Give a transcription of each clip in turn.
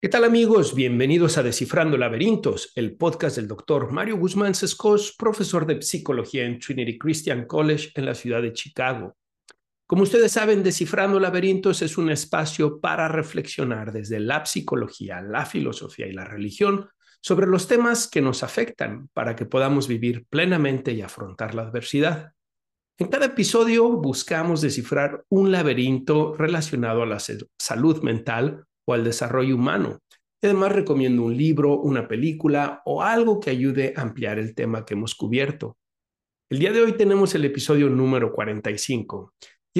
¿Qué tal amigos? Bienvenidos a Descifrando Laberintos, el podcast del doctor Mario Guzmán Sescos, profesor de psicología en Trinity Christian College en la ciudad de Chicago. Como ustedes saben, Descifrando Laberintos es un espacio para reflexionar desde la psicología, la filosofía y la religión sobre los temas que nos afectan para que podamos vivir plenamente y afrontar la adversidad. En cada episodio buscamos descifrar un laberinto relacionado a la salud mental o al desarrollo humano. Y además recomiendo un libro, una película o algo que ayude a ampliar el tema que hemos cubierto. El día de hoy tenemos el episodio número 45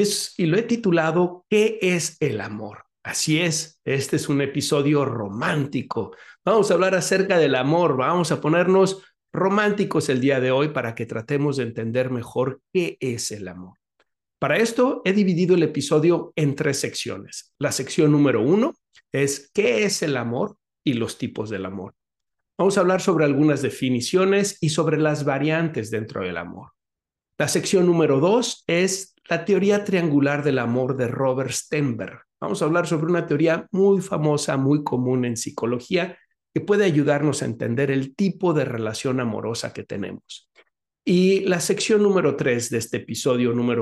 y lo he titulado ¿Qué es el amor? Así es, este es un episodio romántico. Vamos a hablar acerca del amor, vamos a ponernos románticos el día de hoy para que tratemos de entender mejor qué es el amor. Para esto he dividido el episodio en tres secciones. La sección número 1 es ¿qué es el amor y los tipos del amor? Vamos a hablar sobre algunas definiciones y sobre las variantes dentro del amor. La sección número 2 es la teoría triangular del amor de Robert Sternberg. Vamos a hablar sobre una teoría muy famosa, muy común en psicología, que puede ayudarnos a entender el tipo de relación amorosa que tenemos. Y la sección número 3 de este episodio número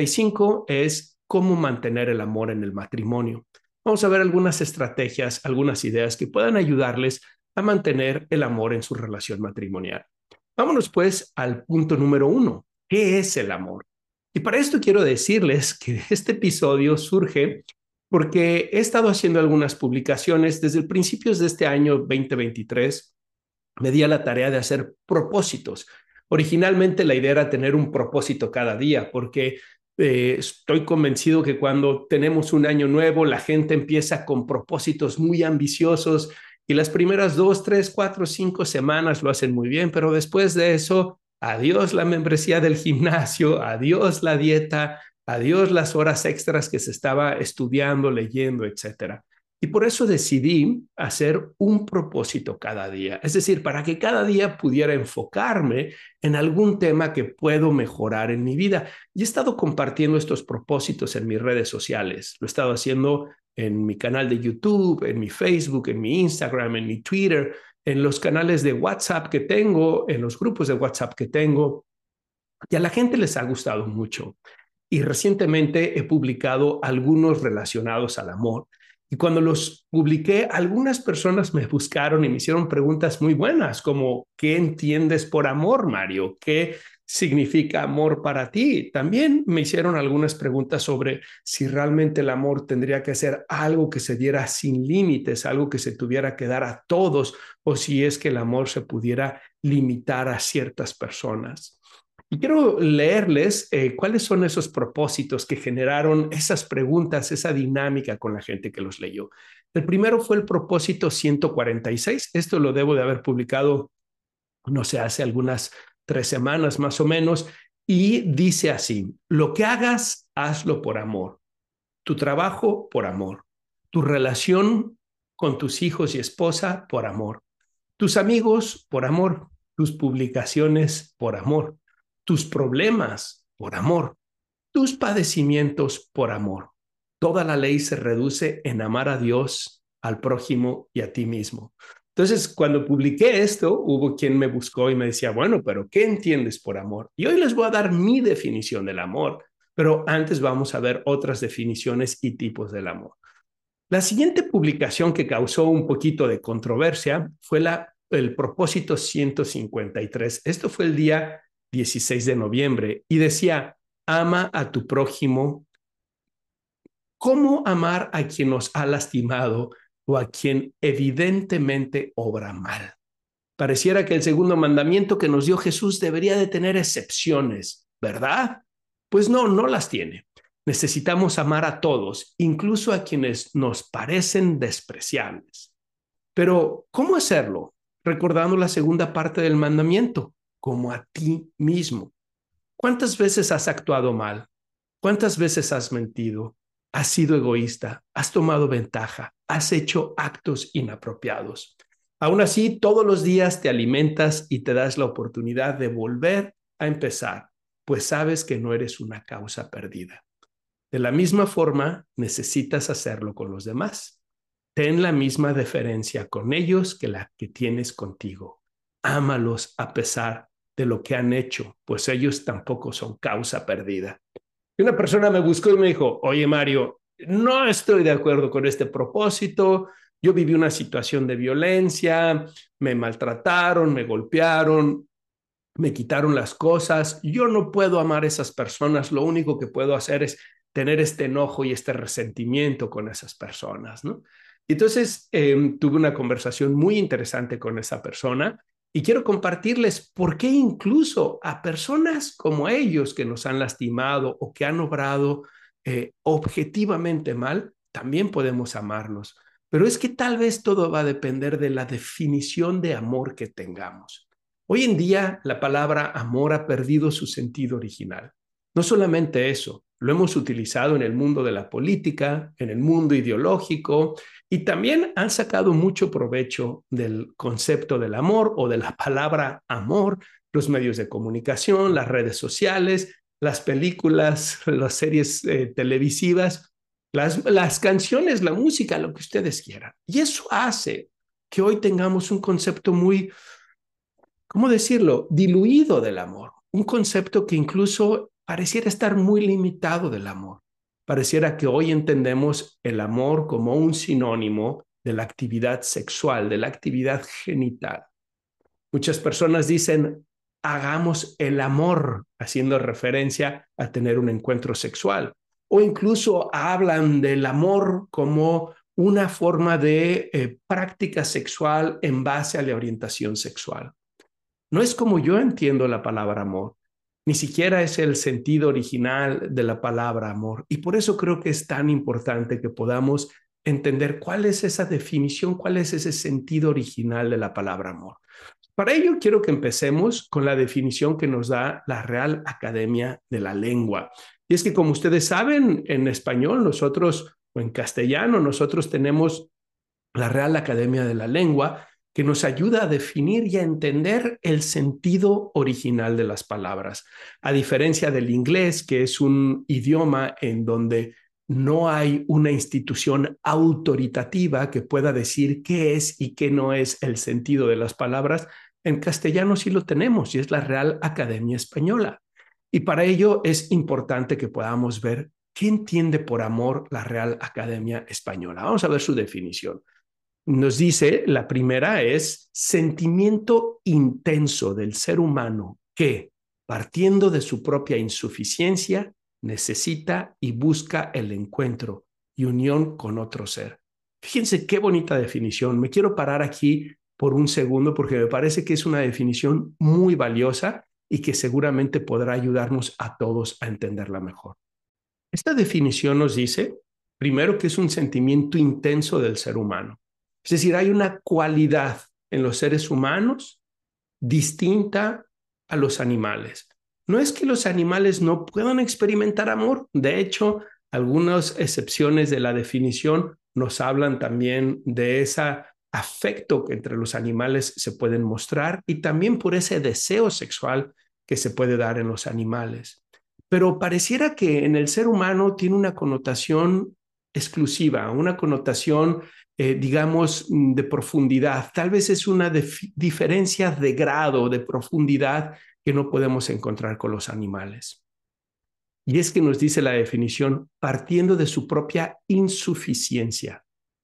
45 es cómo mantener el amor en el matrimonio. Vamos a ver algunas estrategias, algunas ideas que puedan ayudarles a mantener el amor en su relación matrimonial. Vámonos pues al punto número 1. ¿Qué es el amor? Y para esto quiero decirles que este episodio surge porque he estado haciendo algunas publicaciones desde el principios de este año 2023. Me di a la tarea de hacer propósitos. Originalmente la idea era tener un propósito cada día, porque estoy convencido que cuando tenemos un año nuevo, la gente empieza con propósitos muy ambiciosos y las primeras 2, 3, 4, 5 semanas lo hacen muy bien, pero después de eso, adiós la membresía del gimnasio, adiós la dieta, adiós las horas extras que se estaba estudiando, leyendo, etcétera. Y por eso decidí hacer un propósito cada día, es decir, para que cada día pudiera enfocarme en algún tema que puedo mejorar en mi vida. Y he estado compartiendo estos propósitos en mis redes sociales. Lo he estado haciendo en mi canal de YouTube, en mi Facebook, en mi Instagram, en mi Twitter, en los canales de WhatsApp que tengo, en los grupos de WhatsApp que tengo. Y a la gente les ha gustado mucho. Y recientemente he publicado algunos relacionados al amor. Y cuando los publiqué, algunas personas me buscaron y me hicieron preguntas muy buenas, como ¿qué entiendes por amor, Mario? ¿Qué significa amor para ti? También me hicieron algunas preguntas sobre si realmente el amor tendría que ser algo que se diera sin límites, algo que se tuviera que dar a todos, o si es que el amor se pudiera limitar a ciertas personas. Y quiero leerles cuáles son esos propósitos que generaron esas preguntas, esa dinámica con la gente que los leyó. El primero fue el propósito 146. Esto lo debo de haber publicado, no sé, hace algunas 3 semanas más o menos. Y dice así, lo que hagas, hazlo por amor. Tu trabajo, por amor. Tu relación con tus hijos y esposa, por amor. Tus amigos, por amor. Tus publicaciones, por amor. Tus problemas, por amor. Tus padecimientos, por amor. Toda la ley se reduce en amar a Dios, al prójimo y a ti mismo. Entonces, cuando publiqué esto, hubo quien me buscó y me decía, bueno, pero ¿qué entiendes por amor? Y hoy les voy a dar mi definición del amor, pero antes vamos a ver otras definiciones y tipos del amor. La siguiente publicación que causó un poquito de controversia fue el propósito 153. Esto fue el día 16 de noviembre y decía, ama a tu prójimo. ¿Cómo amar a quien nos ha lastimado o a quien evidentemente obra mal? Pareciera que el segundo mandamiento que nos dio Jesús debería de tener excepciones, ¿verdad? Pues no, no las tiene. Necesitamos amar a todos, incluso a quienes nos parecen despreciables. Pero, ¿cómo hacerlo? Recordando la segunda parte del mandamiento, como a ti mismo. ¿Cuántas veces has actuado mal? ¿Cuántas veces has mentido? ¿Has sido egoísta? ¿Has tomado ventaja? ¿Has hecho actos inapropiados? Aún así, todos los días te alimentas y te das la oportunidad de volver a empezar, pues sabes que no eres una causa perdida. De la misma forma, necesitas hacerlo con los demás. ten la misma deferencia con ellos que la que tienes contigo. Ámalos a pesar de lo que han hecho, pues ellos tampoco son causa perdida. Y una persona me buscó y me dijo, oye Mario, no estoy de acuerdo con este propósito. Yo viví una situación de violencia, me maltrataron, me golpearon, me quitaron las cosas. Yo no puedo amar a esas personas. Lo único que puedo hacer es tener este enojo y este resentimiento con esas personas, ¿no? Y entonces tuve una conversación muy interesante con esa persona y quiero compartirles por qué incluso a personas como ellos que nos han lastimado o que han obrado objetivamente mal, también podemos amarnos. Pero es que tal vez todo va a depender de la definición de amor que tengamos. Hoy en día la palabra amor ha perdido su sentido original. No solamente eso, lo hemos utilizado en el mundo de la política, en el mundo ideológico, y también han sacado mucho provecho del concepto del amor o de la palabra amor, los medios de comunicación, las redes sociales, las películas, las series televisivas, las canciones, la música, lo que ustedes quieran. Y eso hace que hoy tengamos un concepto muy, ¿cómo decirlo?, diluido del amor. Un concepto que incluso pareciera estar muy limitado del amor. Pareciera que hoy entendemos el amor como un sinónimo de la actividad sexual, de la actividad genital. Muchas personas dicen, hagamos el amor, haciendo referencia a tener un encuentro sexual. O incluso hablan del amor como una forma de práctica sexual en base a la orientación sexual. No es como yo entiendo la palabra amor, ni siquiera es el sentido original de la palabra amor. Y por eso creo que es tan importante que podamos entender cuál es esa definición, cuál es ese sentido original de la palabra amor. Para ello quiero que empecemos con la definición que nos da la Real Academia de la Lengua. Y es que como ustedes saben, en español nosotros, o en castellano, nosotros tenemos la Real Academia de la Lengua, que nos ayuda a definir y a entender el sentido original de las palabras. A diferencia del inglés, que es un idioma en donde no hay una institución autoritativa que pueda decir qué es y qué no es el sentido de las palabras, en castellano sí lo tenemos y es la Real Academia Española. Y para ello es importante que podamos ver qué entiende por amor la Real Academia Española. Vamos a ver su definición. Nos dice, la primera es sentimiento intenso del ser humano que, partiendo de su propia insuficiencia, necesita y busca el encuentro y unión con otro ser. Fíjense qué bonita definición. Me quiero parar aquí por un segundo porque me parece que es una definición muy valiosa y que seguramente podrá ayudarnos a todos a entenderla mejor. Esta definición nos dice, primero, que es un sentimiento intenso del ser humano. Es decir, hay una cualidad en los seres humanos distinta a los animales. No es que los animales no puedan experimentar amor. De hecho, algunas excepciones de la definición nos hablan también de ese afecto que entre los animales se pueden mostrar y también por ese deseo sexual que se puede dar en los animales. Pero pareciera que en el ser humano tiene una connotación exclusiva, una connotación, digamos, de profundidad. Tal vez es una diferencia de grado, de profundidad que no podemos encontrar con los animales. Y es que nos dice la definición, partiendo de su propia insuficiencia,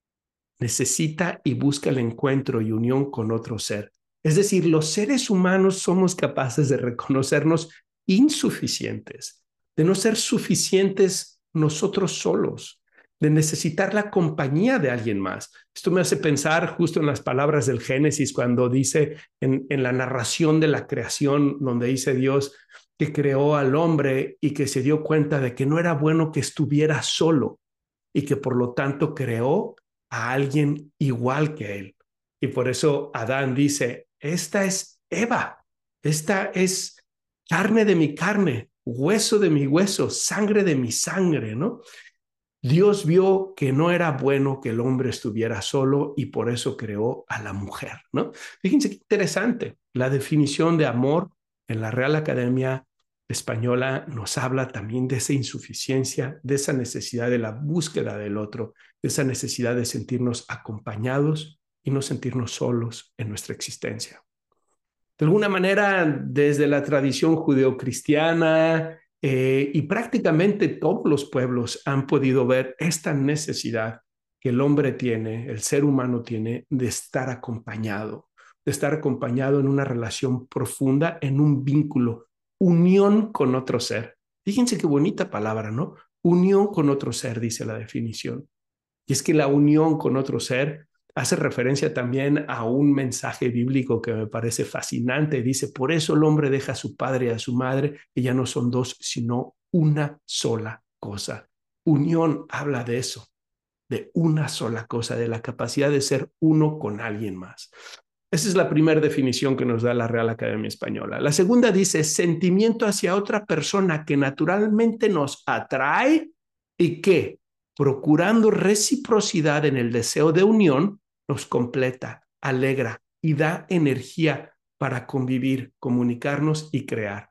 necesita y busca el encuentro y unión con otro ser. Es decir, los seres humanos somos capaces de reconocernos insuficientes, de no ser suficientes nosotros solos, de necesitar la compañía de alguien más. Esto me hace pensar justo en las palabras del Génesis, cuando dice en la narración de la creación, donde dice Dios que creó al hombre y que se dio cuenta de que no era bueno que estuviera solo y que por lo tanto creó a alguien igual que él. Y por eso Adán dice, esta es Eva, esta es carne de mi carne, hueso de mi hueso, sangre de mi sangre, ¿no? Dios vio que no era bueno que el hombre estuviera solo y por eso creó a la mujer, ¿no? Fíjense qué interesante la definición de amor en la Real Academia española nos habla también de esa insuficiencia, de esa necesidad de la búsqueda del otro, de esa necesidad de sentirnos acompañados y no sentirnos solos en nuestra existencia. De alguna manera, desde la tradición judeocristiana y prácticamente todos los pueblos han podido ver esta necesidad que el hombre tiene, el ser humano tiene, de estar acompañado en una relación profunda, en un vínculo, unión con otro ser. Fíjense qué bonita palabra, ¿no? Unión con otro ser, dice la definición. Y es que la unión con otro ser hace referencia también a un mensaje bíblico que me parece fascinante. Dice, por eso el hombre deja a su padre y a su madre, que ya no son dos, sino una sola cosa. Unión habla de eso, de una sola cosa, de la capacidad de ser uno con alguien más. Esa es la primera definición que nos da la Real Academia Española. La segunda dice, sentimiento hacia otra persona que naturalmente nos atrae y que, procurando reciprocidad en el deseo de unión, nos completa, alegra y da energía para convivir, comunicarnos y crear.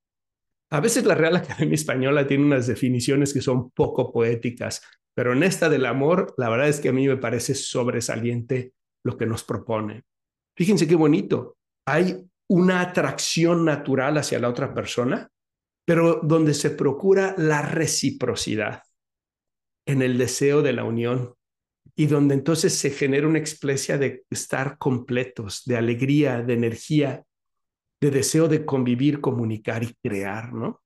A veces la Real Academia Española tiene unas definiciones que son poco poéticas, pero en esta del amor, la verdad es que a mí me parece sobresaliente lo que nos propone. Fíjense qué bonito. Hay una atracción natural hacia la otra persona, pero donde se procura la reciprocidad en el deseo de la unión y donde entonces se genera una experiencia de estar completos, de alegría, de energía, de deseo de convivir, comunicar y crear, ¿no?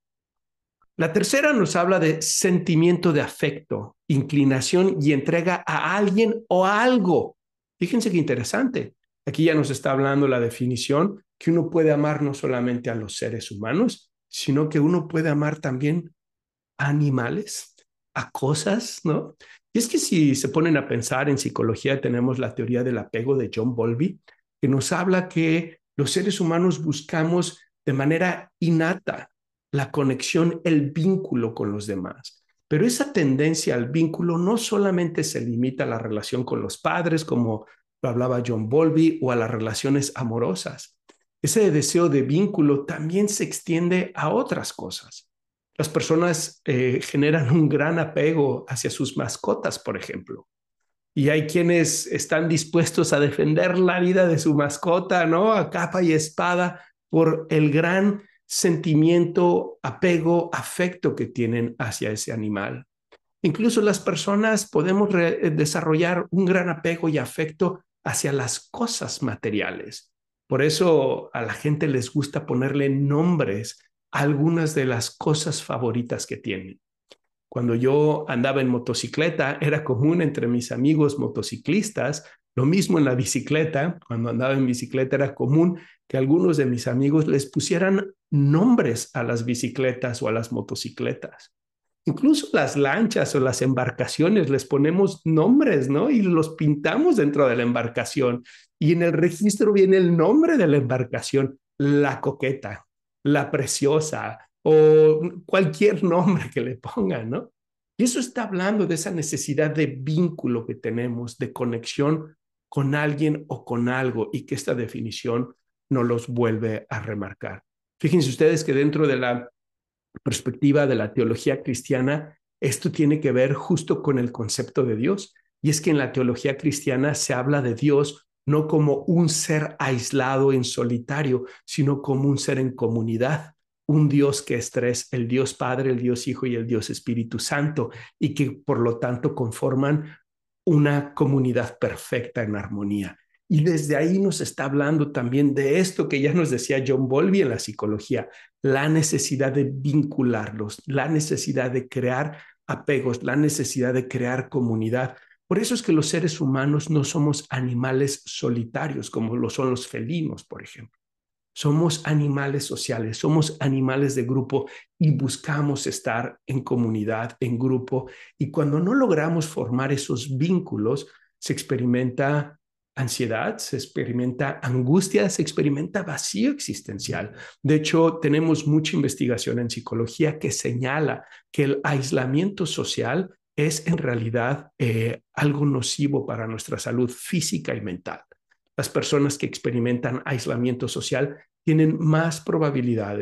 La tercera nos habla de sentimiento de afecto, inclinación y entrega a alguien o a algo. Fíjense qué interesante. Aquí ya nos está hablando la definición que uno puede amar no solamente a los seres humanos, sino que uno puede amar también a animales, a cosas, ¿no? Y es que si se ponen a pensar en psicología, tenemos la teoría del apego de John Bowlby, que nos habla que los seres humanos buscamos de manera innata la conexión, el vínculo con los demás. Pero esa tendencia al vínculo no solamente se limita a la relación con los padres, como lo hablaba John Bowlby, o a las relaciones amorosas. Ese deseo de vínculo también se extiende a otras cosas. Las personas generan un gran apego hacia sus mascotas, por ejemplo. Y hay quienes están dispuestos a defender la vida de su mascota, ¿no? A capa y espada por el gran sentimiento, apego, afecto que tienen hacia ese animal. Incluso las personas podemos desarrollar un gran apego y afecto hacia las cosas materiales. Por eso a la gente les gusta ponerle nombres a algunas de las cosas favoritas que tienen. Cuando yo andaba en motocicleta, era común entre mis amigos motociclistas, lo mismo en la bicicleta, cuando andaba en bicicleta era común que algunos de mis amigos les pusieran nombres a las bicicletas o a las motocicletas. Incluso las lanchas o las embarcaciones les ponemos nombres, ¿no? Y los pintamos dentro de la embarcación. Y en el registro viene el nombre de la embarcación, la Coqueta, la Preciosa o cualquier nombre que le pongan, ¿no? Y eso está hablando de esa necesidad de vínculo que tenemos, de conexión con alguien o con algo y que esta definición nos los vuelve a remarcar. Fíjense ustedes que dentro de la perspectiva de la teología cristiana, esto tiene que ver justo con el concepto de Dios. Y es que en la teología cristiana se habla de Dios no como un ser aislado en solitario, sino como un ser en comunidad. Un Dios que es tres, el Dios Padre, el Dios Hijo y el Dios Espíritu Santo, y que por lo tanto conforman una comunidad perfecta en armonía. Y desde ahí nos está hablando también de esto que ya nos decía John Bowlby en la psicología, la necesidad de vincularlos, la necesidad de crear apegos, la necesidad de crear comunidad. Por eso es que los seres humanos no somos animales solitarios como lo son los felinos, por ejemplo. Somos animales sociales, somos animales de grupo y buscamos estar en comunidad, en grupo. Y cuando no logramos formar esos vínculos, se experimenta ansiedad, se experimenta angustia, se experimenta vacío existencial. De hecho, tenemos mucha investigación en psicología que señala que el aislamiento social es en realidad algo nocivo para nuestra salud física y mental. Las personas que experimentan aislamiento social tienen más probabilidades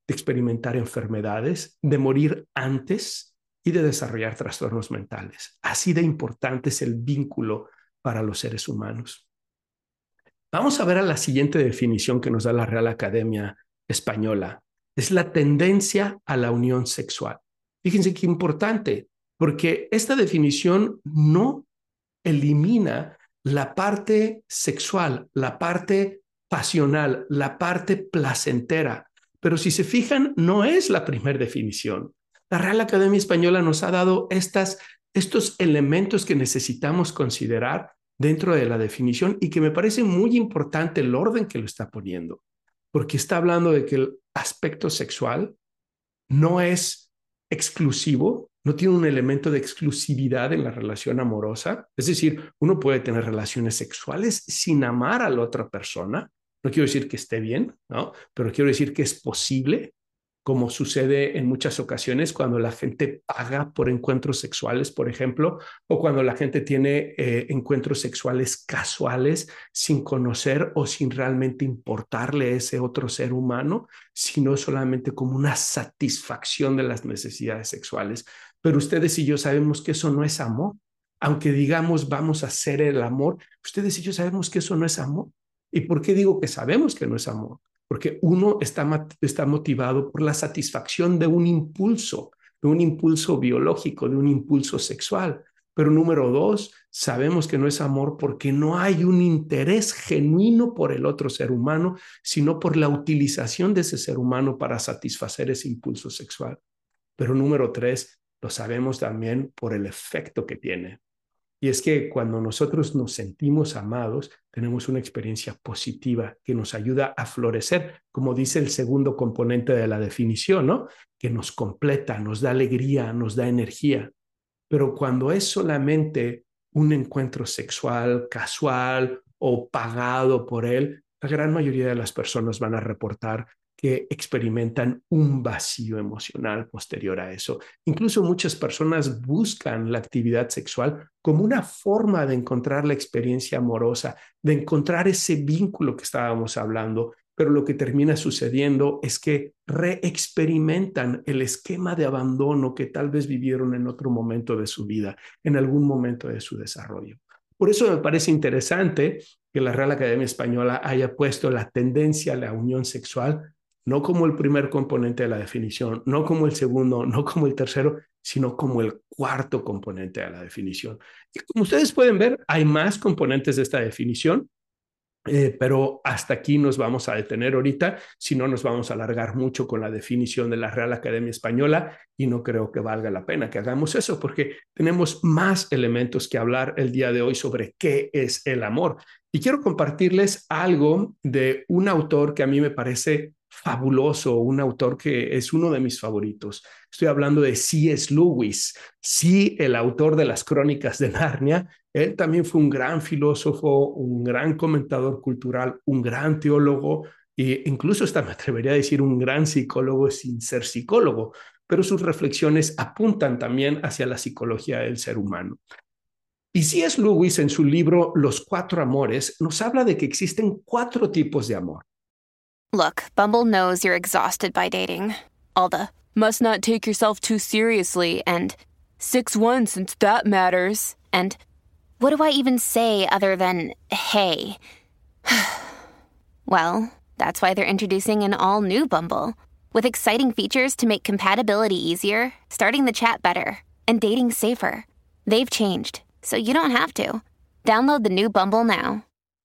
de experimentar enfermedades, de morir antes y de desarrollar trastornos mentales. Así de importante es el vínculo para los seres humanos. Vamos a ver a la siguiente definición que nos da la Real Academia Española. Es la tendencia a la unión sexual. Fíjense qué importante, porque esta definición no elimina la parte sexual, la parte pasional, la parte placentera. Pero si se fijan, no es la primera definición. La Real Academia Española nos ha dado estos elementos que necesitamos considerar dentro de la definición y que me parece muy importante el orden que lo está poniendo, porque está hablando de que el aspecto sexual no es exclusivo, no tiene un elemento de exclusividad en la relación amorosa. Es decir, uno puede tener relaciones sexuales sin amar a la otra persona. No quiero decir que esté bien, ¿no? Pero quiero decir que es posible, como sucede en muchas ocasiones cuando la gente paga por encuentros sexuales, por ejemplo, o cuando la gente tiene encuentros sexuales casuales sin conocer o sin realmente importarle a ese otro ser humano, sino solamente como una satisfacción de las necesidades sexuales. Pero ustedes y yo sabemos que eso no es amor. Aunque digamos vamos a hacer el amor, ustedes y yo sabemos que eso no es amor. ¿Y por qué digo que sabemos que no es amor? Porque uno está motivado por la satisfacción de un impulso biológico, de un impulso sexual. Pero número dos, sabemos que no es amor porque no hay un interés genuino por el otro ser humano, sino por la utilización de ese ser humano para satisfacer ese impulso sexual. Pero número tres, lo sabemos también por el efecto que tiene. Y es que cuando nosotros nos sentimos amados, tenemos una experiencia positiva que nos ayuda a florecer, como dice el segundo componente de la definición, ¿no? Que nos completa, nos da alegría, nos da energía. Pero cuando es solamente un encuentro sexual, casual o pagado por él, la gran mayoría de las personas van a reportar que experimentan un vacío emocional posterior a eso. Incluso muchas personas buscan la actividad sexual como una forma de encontrar la experiencia amorosa, de encontrar ese vínculo que estábamos hablando, pero lo que termina sucediendo es que reexperimentan el esquema de abandono que tal vez vivieron en otro momento de su vida, en algún momento de su desarrollo. Por eso me parece interesante que la Real Academia Española haya puesto la tendencia a la unión sexual no como el primer componente de la definición, no como el segundo, no como el tercero, sino como el cuarto componente de la definición. Y como ustedes pueden ver, hay más componentes de esta definición. Pero hasta aquí nos vamos a detener ahorita, si no nos vamos a alargar mucho con la definición de la Real Academia Española y no creo que valga la pena que hagamos eso porque tenemos más elementos que hablar el día de hoy sobre qué es el amor. Y quiero compartirles algo de un autor que a mí me parece fabuloso, un autor que es uno de mis favoritos. Estoy hablando de C.S. Lewis, sí, el autor de las Crónicas de Narnia. Él también fue un gran filósofo, un gran comentador cultural, un gran teólogo e incluso hasta me atrevería a decir un gran psicólogo sin ser psicólogo, pero sus reflexiones apuntan también hacia la psicología del ser humano. Y C.S. Lewis en su libro Los Cuatro Amores nos habla de que existen cuatro tipos de amor. Look, Bumble knows you're exhausted by dating. All the must not take yourself too seriously and 6'1" since that matters. And what do I even say other than hey? Well, that's why they're introducing an all-new Bumble with exciting features to make compatibility easier, starting the chat better, and dating safer. They've changed, so you don't have to. Download the new Bumble now.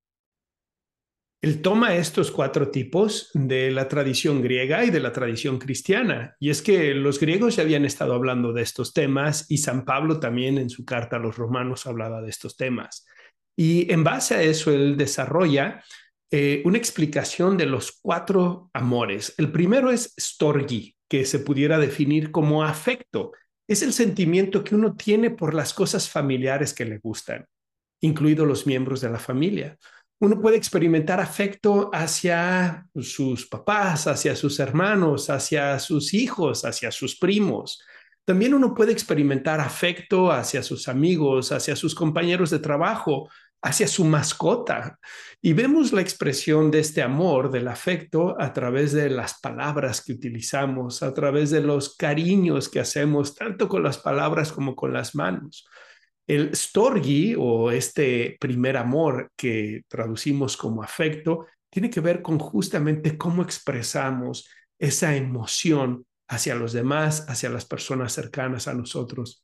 Él toma estos cuatro tipos de la tradición griega y de la tradición cristiana. Y es que los griegos ya habían estado hablando de estos temas y San Pablo también en su carta a los romanos hablaba de estos temas. Y en base a eso él desarrolla una explicación de los cuatro amores. El primero es storgi, que se pudiera definir como afecto. Es el sentimiento que uno tiene por las cosas familiares que le gustan, incluidos los miembros de la familia. Uno puede experimentar afecto hacia sus papás, hacia sus hermanos, hacia sus hijos, hacia sus primos. También uno puede experimentar afecto hacia sus amigos, hacia sus compañeros de trabajo, hacia su mascota. Y vemos la expresión de este amor, del afecto, a través de las palabras que utilizamos, a través de los cariños que hacemos, tanto con las palabras como con las manos. El storge, o este primer amor que traducimos como afecto, tiene que ver con justamente cómo expresamos esa emoción hacia los demás, hacia las personas cercanas a nosotros.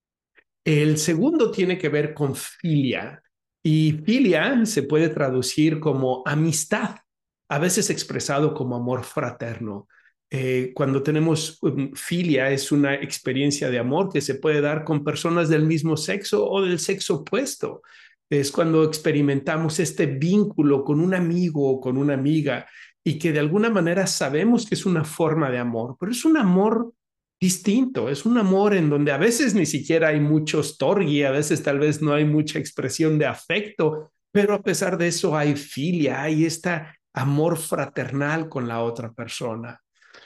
El segundo tiene que ver con filia, y filia se puede traducir como amistad, a veces expresado como amor fraterno. Cuando tenemos filia, es una experiencia de amor que se puede dar con personas del mismo sexo o del sexo opuesto. Es cuando experimentamos este vínculo con un amigo o con una amiga y que de alguna manera sabemos que es una forma de amor, pero es un amor distinto, es un amor en donde a veces ni siquiera hay mucho storge, a veces tal vez no hay mucha expresión de afecto, pero a pesar de eso hay filia, hay este amor fraternal con la otra persona.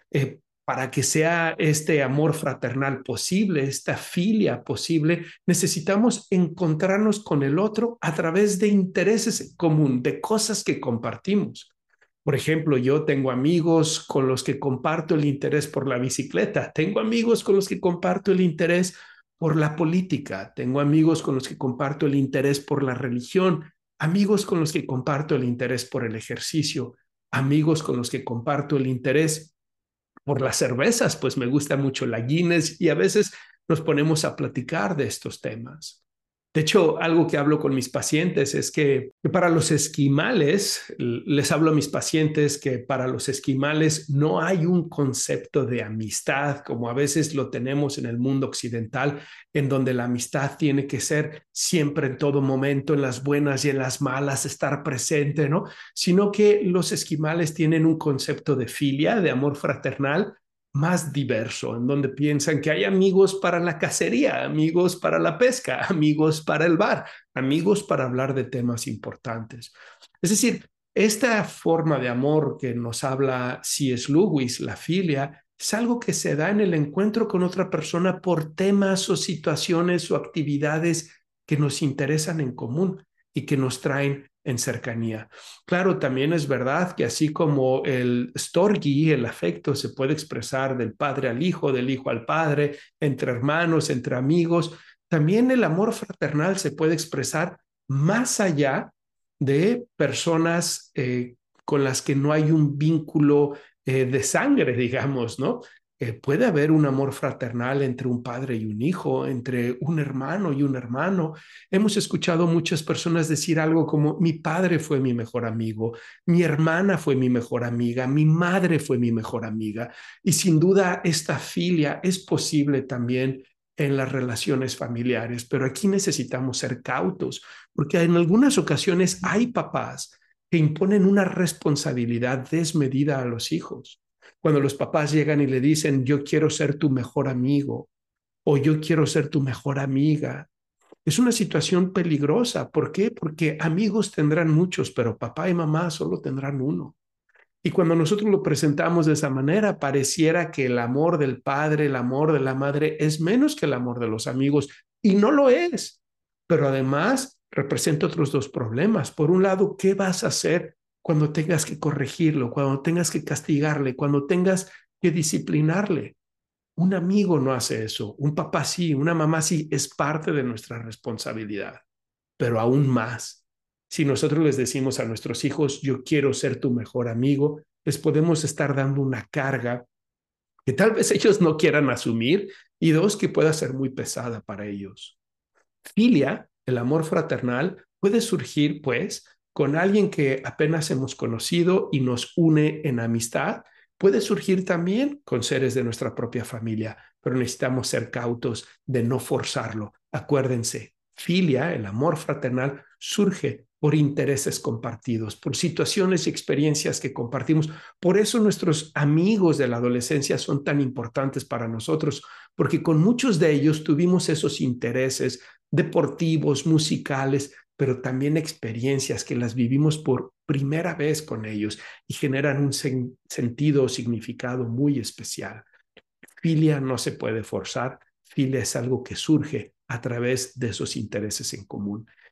Para que sea este amor fraternal posible, esta filia posible, necesitamos encontrarnos con el otro a través de intereses en común, de cosas que compartimos. Por ejemplo, yo tengo amigos con los que comparto el interés por la bicicleta, tengo amigos con los que comparto el interés por la política, tengo amigos con los que comparto el interés por la religión, amigos con los que comparto el interés por el ejercicio, amigos con los que comparto el interés por las cervezas, pues me gusta mucho la Guinness y a veces nos ponemos a platicar de estos temas. De hecho, algo que hablo con mis pacientes es que para los esquimales, les hablo a mis pacientes que para los esquimales no hay un concepto de amistad como a veces lo tenemos en el mundo occidental, en donde la amistad tiene que ser siempre en todo momento, en las buenas y en las malas, estar presente, ¿no? Sino que los esquimales tienen un concepto de filia, de amor fraternal, más diverso, en donde piensan que hay amigos para la cacería, amigos para la pesca, amigos para el bar, amigos para hablar de temas importantes. Es decir, esta forma de amor que nos habla C.S. Lewis, la filia, es algo que se da en el encuentro con otra persona por temas o situaciones o actividades que nos interesan en común y que nos traen en cercanía. Claro, también es verdad que así como el storge, el afecto, se puede expresar del padre al hijo, del hijo al padre, entre hermanos, entre amigos, también el amor fraternal se puede expresar más allá de personas con las que no hay un vínculo de sangre, digamos, ¿no? Puede haber un amor fraternal entre un padre y un hijo, entre un hermano y un hermano. Hemos escuchado muchas personas decir algo como: mi padre fue mi mejor amigo, mi hermana fue mi mejor amiga, mi madre fue mi mejor amiga. Y sin duda esta filia es posible también en las relaciones familiares, pero aquí necesitamos ser cautos, porque en algunas ocasiones hay papás que imponen una responsabilidad desmedida a los hijos. Cuando los papás llegan y le dicen: yo quiero ser tu mejor amigo o yo quiero ser tu mejor amiga, es una situación peligrosa. ¿Por qué? Porque amigos tendrán muchos, pero papá y mamá solo tendrán uno. Y cuando nosotros lo presentamos de esa manera, pareciera que el amor del padre, el amor de la madre es menos que el amor de los amigos. Y no lo es. Pero además representa otros dos problemas. Por un lado, ¿qué vas a hacer cuando tengas que corregirlo, cuando tengas que castigarle, cuando tengas que disciplinarle? Un amigo no hace eso. Un papá sí, una mamá sí, es parte de nuestra responsabilidad, pero aún más. Si nosotros les decimos a nuestros hijos: yo quiero ser tu mejor amigo, les podemos estar dando una carga que tal vez ellos no quieran asumir, y dos, que pueda ser muy pesada para ellos. Filia, el amor fraternal, puede surgir pues con alguien que apenas hemos conocido y nos une en amistad. Puede surgir también con seres de nuestra propia familia, pero necesitamos ser cautos de no forzarlo. Acuérdense, filia, el amor fraternal, surge por intereses compartidos, por situaciones y experiencias que compartimos. Por eso nuestros amigos de la adolescencia son tan importantes para nosotros, porque con muchos de ellos tuvimos esos intereses deportivos, musicales, pero también experiencias que las vivimos por primera vez con ellos y generan un sentido o significado muy especial. Filia no se puede forzar, filia es algo que surge a través de esos intereses en común.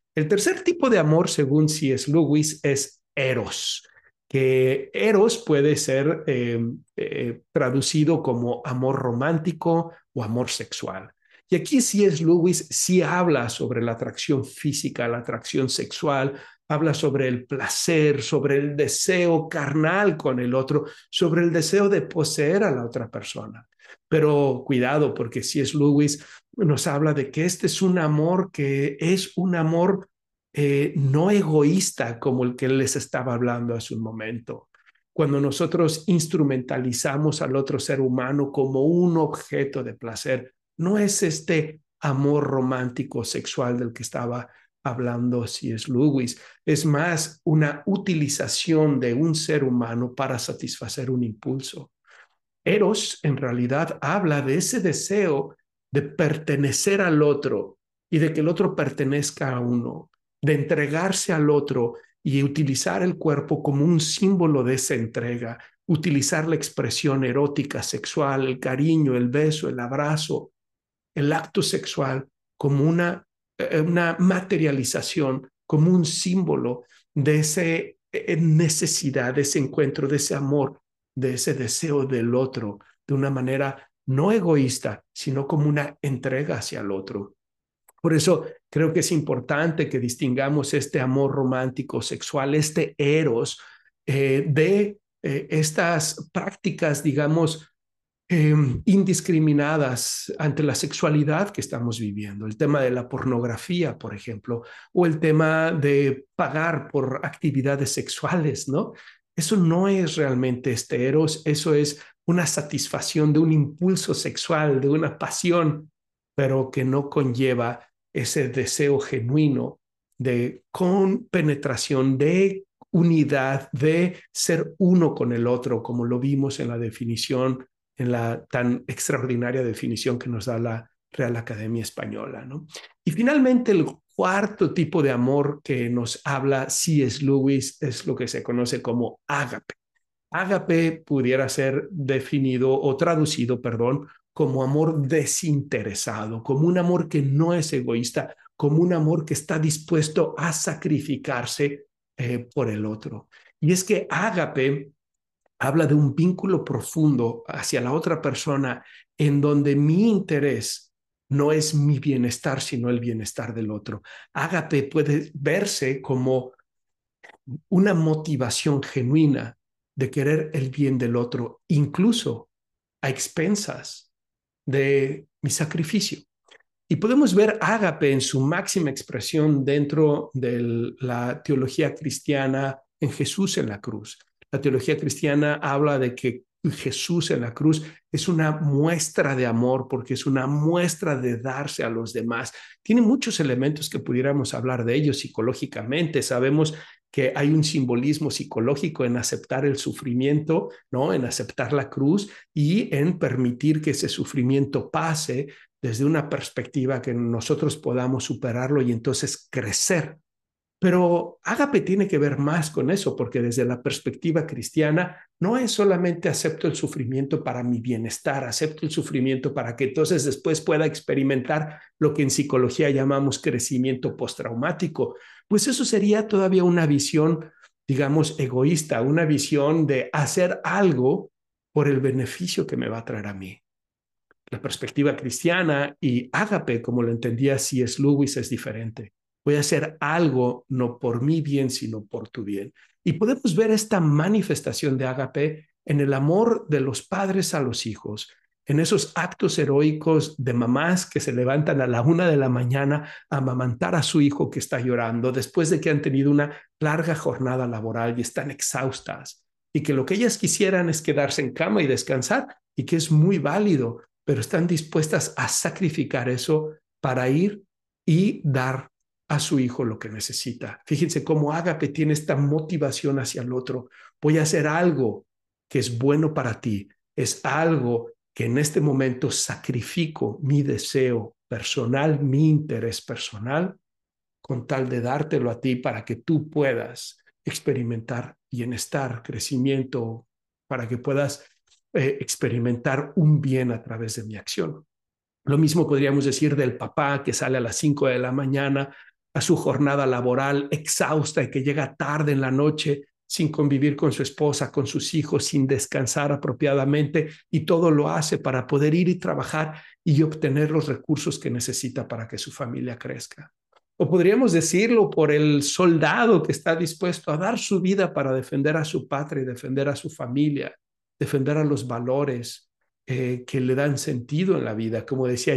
El tercer tipo de amor, según C.S. Lewis, es eros, que eros puede ser traducido como amor romántico o amor sexual. Y aquí C.S. Lewis sí habla sobre la atracción física, la atracción sexual, habla sobre el placer, sobre el deseo carnal con el otro, sobre el deseo de poseer a la otra persona. Pero cuidado, porque C.S. Lewis nos habla de que este es un amor que es un amor no egoísta como el que les estaba hablando hace un momento. Cuando nosotros instrumentalizamos al otro ser humano como un objeto de placer, no es este amor romántico sexual del que estaba hablando C.S. Lewis, es más una utilización de un ser humano para satisfacer un impulso. Eros en realidad habla de ese deseo de pertenecer al otro y de que el otro pertenezca a uno, de entregarse al otro y utilizar el cuerpo como un símbolo de esa entrega, utilizar la expresión erótica, sexual, el cariño, el beso, el abrazo, el acto sexual como una materialización, como un símbolo de esa necesidad, de ese encuentro, de ese amor, de ese deseo del otro, de una manera no egoísta, sino como una entrega hacia el otro. Por eso creo que es importante que distingamos este amor romántico, sexual, este eros, de estas prácticas, digamos, indiscriminadas ante la sexualidad que estamos viviendo. El tema de la pornografía, por ejemplo, o el tema de pagar por actividades sexuales, ¿no? Eso no es realmente este eros, eso es una satisfacción de un impulso sexual, de una pasión, pero que no conlleva ese deseo genuino de compenetración, de unidad, de ser uno con el otro, como lo vimos en la definición, en la tan extraordinaria definición que nos da la Real Academia Española, ¿no? Y finalmente, el cuarto tipo de amor que nos habla C.S. Lewis es lo que se conoce como ágape. Ágape pudiera ser definido o traducido, perdón, como amor desinteresado, como un amor que no es egoísta, como un amor que está dispuesto a sacrificarse por el otro. Y es que ágape habla de un vínculo profundo hacia la otra persona en donde mi interés no es mi bienestar, sino el bienestar del otro. Ágape puede verse como una motivación genuina de querer el bien del otro, incluso a expensas de mi sacrificio. Y podemos ver ágape en su máxima expresión dentro de la teología cristiana en Jesús en la cruz. La teología cristiana habla de que Jesús en la cruz es una muestra de amor porque es una muestra de darse a los demás. Tiene muchos elementos que pudiéramos hablar de ellos psicológicamente. Sabemos que hay un simbolismo psicológico en aceptar el sufrimiento, ¿no? En aceptar la cruz y en permitir que ese sufrimiento pase desde una perspectiva que nosotros podamos superarlo y entonces crecer. Pero ágape tiene que ver más con eso, porque desde la perspectiva cristiana no es solamente acepto el sufrimiento para mi bienestar, acepto el sufrimiento para que entonces después pueda experimentar lo que en psicología llamamos crecimiento postraumático. Pues eso sería todavía una visión, digamos, egoísta, una visión de hacer algo por el beneficio que me va a traer a mí. La perspectiva cristiana y ágape, como lo entendía C.S. Lewis, es diferente. Voy a hacer algo no por mi bien, sino por tu bien. Y podemos ver esta manifestación de ágape en el amor de los padres a los hijos, en esos actos heroicos de mamás que se levantan a la 1 de la mañana a amamantar a su hijo que está llorando después de que han tenido una larga jornada laboral y están exhaustas y que lo que ellas quisieran es quedarse en cama y descansar y que es muy válido, pero están dispuestas a sacrificar eso para ir y dar a su hijo lo que necesita. Fíjense cómo ágape tiene esta motivación hacia el otro. Voy a hacer algo que es bueno para ti. Es algo que en este momento sacrifico mi deseo personal, mi interés personal, con tal de dártelo a ti para que tú puedas experimentar bienestar, crecimiento, para que puedas experimentar un bien a través de mi acción. Lo mismo podríamos decir del papá que sale a las 5 de la mañana a su jornada laboral exhausta y que llega tarde en la noche sin convivir con su esposa, con sus hijos, sin descansar apropiadamente, y todo lo hace para poder ir y trabajar y obtener los recursos que necesita para que su familia crezca. O podríamos decirlo por el soldado que está dispuesto a dar su vida para defender a su patria y defender a su familia, defender a los valores que le dan sentido en la vida, como decía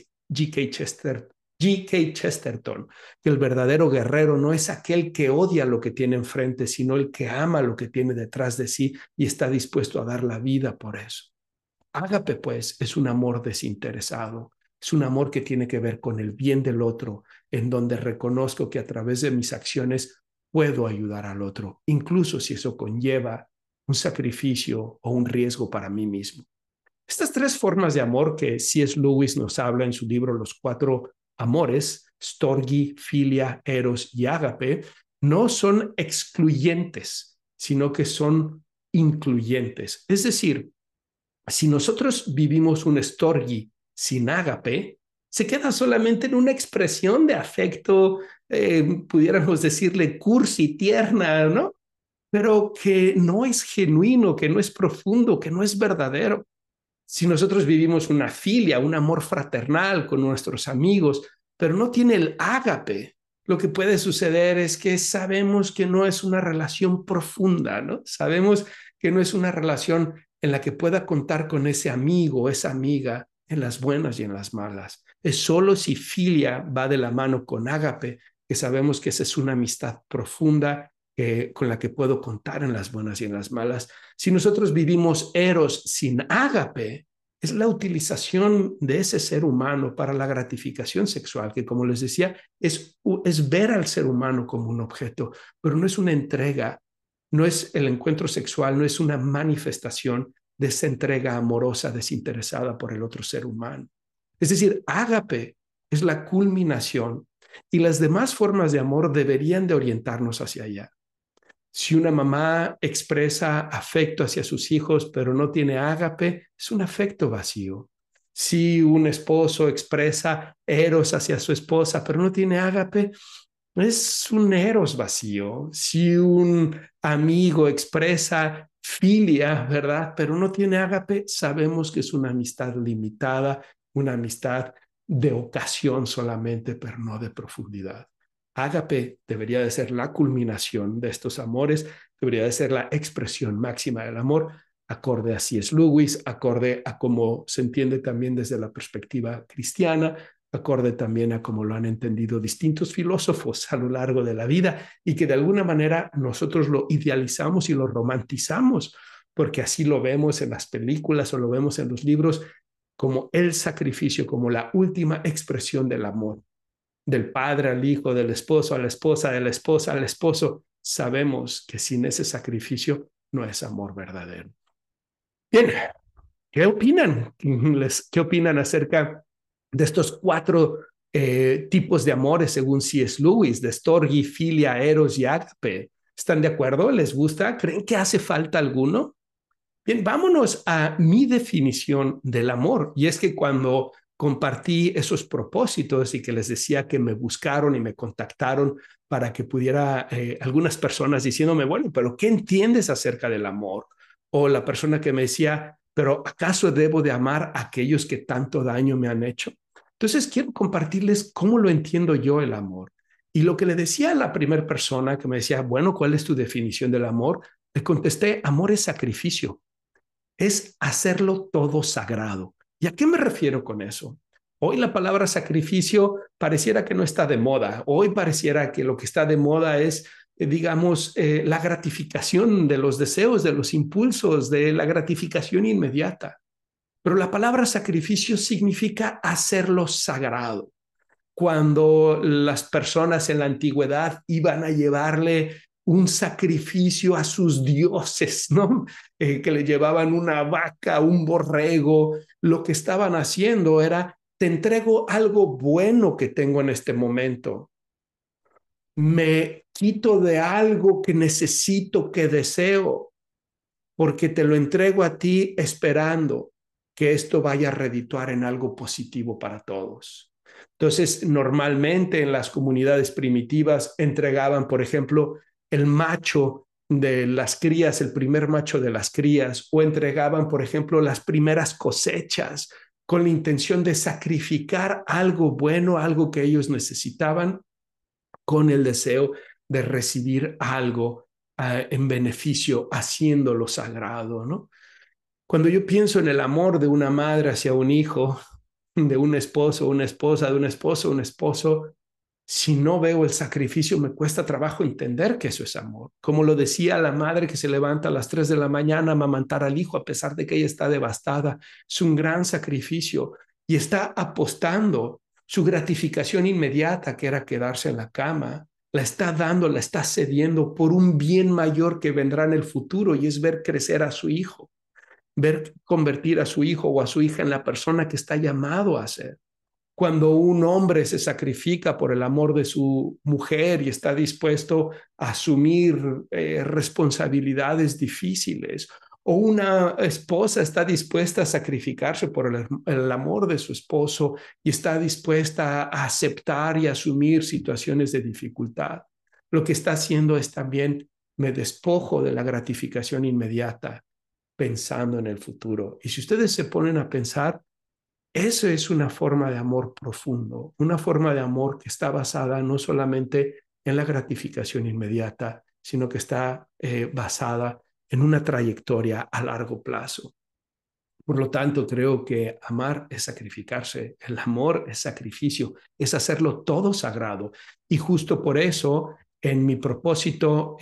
G.K. Chesterton, que el verdadero guerrero no es aquel que odia lo que tiene enfrente, sino el que ama lo que tiene detrás de sí y está dispuesto a dar la vida por eso. Ágape, pues, es un amor desinteresado, es un amor que tiene que ver con el bien del otro, en donde reconozco que a través de mis acciones puedo ayudar al otro, incluso si eso conlleva un sacrificio o un riesgo para mí mismo. Estas tres formas de amor que C.S. Lewis nos habla en su libro Los Cuatro Amores, storgi, filia, eros y ágape, no son excluyentes, sino que son incluyentes. Es decir, si nosotros vivimos un storgi sin ágape, se queda solamente en una expresión de afecto, pudiéramos decirle cursi, tierna, ¿no? Pero que no es genuino, que no es profundo, que no es verdadero. Si nosotros vivimos una filia, un amor fraternal con nuestros amigos, pero no tiene el ágape, lo que puede suceder es que sabemos que no es una relación profunda, ¿no? Sabemos que no es una relación en la que pueda contar con ese amigo o esa amiga en las buenas y en las malas. Es solo si filia va de la mano con ágape que sabemos que esa es una amistad profunda con la que puedo contar en las buenas y en las malas. Si nosotros vivimos eros sin ágape, es la utilización de ese ser humano para la gratificación sexual, que como les decía, es ver al ser humano como un objeto, pero no es una entrega, no es el encuentro sexual, no es una manifestación de esa entrega amorosa, desinteresada por el otro ser humano. Es decir, ágape es la culminación y las demás formas de amor deberían de orientarnos hacia allá. Si una mamá expresa afecto hacia sus hijos, pero no tiene ágape, es un afecto vacío. Si un esposo expresa eros hacia su esposa, pero no tiene ágape, es un eros vacío. Si un amigo expresa filia, ¿verdad? Pero no tiene ágape, sabemos que es una amistad limitada, una amistad de ocasión solamente, pero no de profundidad. Ágape debería de ser la culminación de estos amores, debería de ser la expresión máxima del amor, acorde a C.S. Lewis, acorde a cómo se entiende también desde la perspectiva cristiana, acorde también a cómo lo han entendido distintos filósofos a lo largo de la vida y que de alguna manera nosotros lo idealizamos y lo romantizamos, porque así lo vemos en las películas o lo vemos en los libros como el sacrificio, como la última expresión del amor, del padre al hijo, del esposo a la esposa, de la esposa al esposo. Sabemos que sin ese sacrificio no es amor verdadero. Bien, ¿qué opinan? ¿Qué opinan acerca de estos cuatro tipos de amores según C.S. Lewis, de storgi, filia, eros y ágape? ¿Están de acuerdo? ¿Les gusta? ¿Creen que hace falta alguno? Bien, vámonos a mi definición del amor. Y es que cuando compartí esos propósitos y que les decía que me buscaron y me contactaron para que pudiera, algunas personas diciéndome, bueno, pero ¿qué entiendes acerca del amor? O la persona que me decía, pero ¿acaso debo de amar a aquellos que tanto daño me han hecho? Entonces quiero compartirles cómo lo entiendo yo el amor. Y lo que le decía a la primera persona que me decía, bueno, ¿cuál es tu definición del amor? Le contesté, amor es sacrificio, es hacerlo todo sagrado. ¿Y a qué me refiero con eso? Hoy la palabra sacrificio pareciera que no está de moda. Hoy pareciera que lo que está de moda es, digamos, la gratificación de los deseos, de los impulsos, de la gratificación inmediata. Pero la palabra sacrificio significa hacerlo sagrado. Cuando las personas en la antigüedad iban a llevarle un sacrificio a sus dioses, ¿no? Que le llevaban una vaca, un borrego, lo que estaban haciendo era, te entrego algo bueno que tengo en este momento. Me quito de algo que necesito, que deseo, porque te lo entrego a ti esperando que esto vaya a redituar en algo positivo para todos. Entonces, normalmente en las comunidades primitivas entregaban, por ejemplo, el macho de las crías, el primer macho de las crías, o entregaban, por ejemplo, las primeras cosechas con la intención de sacrificar algo bueno, algo que ellos necesitaban, con el deseo de recibir algo en beneficio, haciéndolo sagrado, ¿no? Cuando yo pienso en el amor de una madre hacia un hijo, de un esposo, una esposa, de un esposo, un esposo, si no veo el sacrificio, me cuesta trabajo entender que eso es amor. Como lo decía la madre que se levanta a las 3 de la mañana a amamantar al hijo, a pesar de que ella está devastada, es un gran sacrificio y está apostando su gratificación inmediata, que era quedarse en la cama, la está dando, la está cediendo por un bien mayor que vendrá en el futuro, y es ver crecer a su hijo, ver convertir a su hijo o a su hija en la persona que está llamado a ser. Cuando un hombre se sacrifica por el amor de su mujer y está dispuesto a asumir responsabilidades difíciles, o una esposa está dispuesta a sacrificarse por el amor de su esposo y está dispuesta a aceptar y asumir situaciones de dificultad, lo que está haciendo es también: me despojo de la gratificación inmediata pensando en el futuro. Y si ustedes se ponen a pensar, eso es una forma de amor profundo, una forma de amor que está basada no solamente en la gratificación inmediata, sino que está basada en una trayectoria a largo plazo. Por lo tanto, creo que amar es sacrificarse, el amor es sacrificio, es hacerlo todo sagrado. Y justo por eso, en mi propósito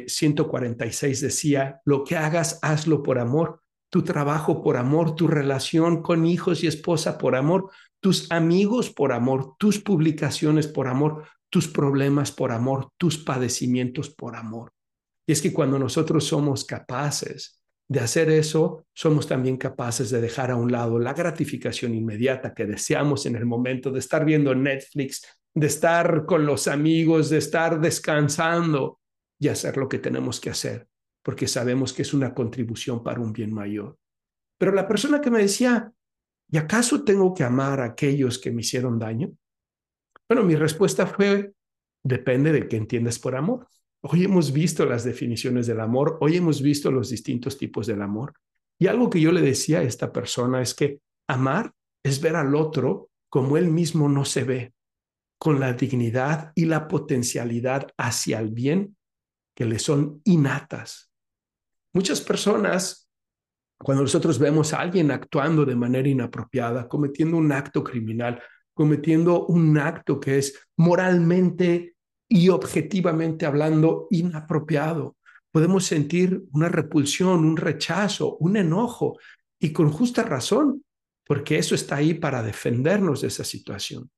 146 decía: lo que hagas, hazlo por amor. Tu trabajo por amor, tu relación con hijos y esposa por amor, tus amigos por amor, tus publicaciones por amor, tus problemas por amor, tus padecimientos por amor. Y es que cuando nosotros somos capaces de hacer eso, somos también capaces de dejar a un lado la gratificación inmediata que deseamos en el momento de estar viendo Netflix, de estar con los amigos, de estar descansando, y hacer lo que tenemos que hacer, porque sabemos que es una contribución para un bien mayor. Pero la persona que me decía: ¿y acaso tengo que amar a aquellos que me hicieron daño? Bueno, mi respuesta fue: depende de qué entiendes por amor. Hoy hemos visto las definiciones del amor, hoy hemos visto los distintos tipos del amor. Y algo que yo le decía a esta persona es que amar es ver al otro como él mismo no se ve, con la dignidad y la potencialidad hacia el bien que le son innatas. Muchas personas, cuando nosotros vemos a alguien actuando de manera inapropiada, cometiendo un acto criminal, cometiendo un acto que es moralmente y objetivamente hablando inapropiado, podemos sentir una repulsión, un rechazo, un enojo, y con justa razón, porque eso está ahí para defendernos de esa situación.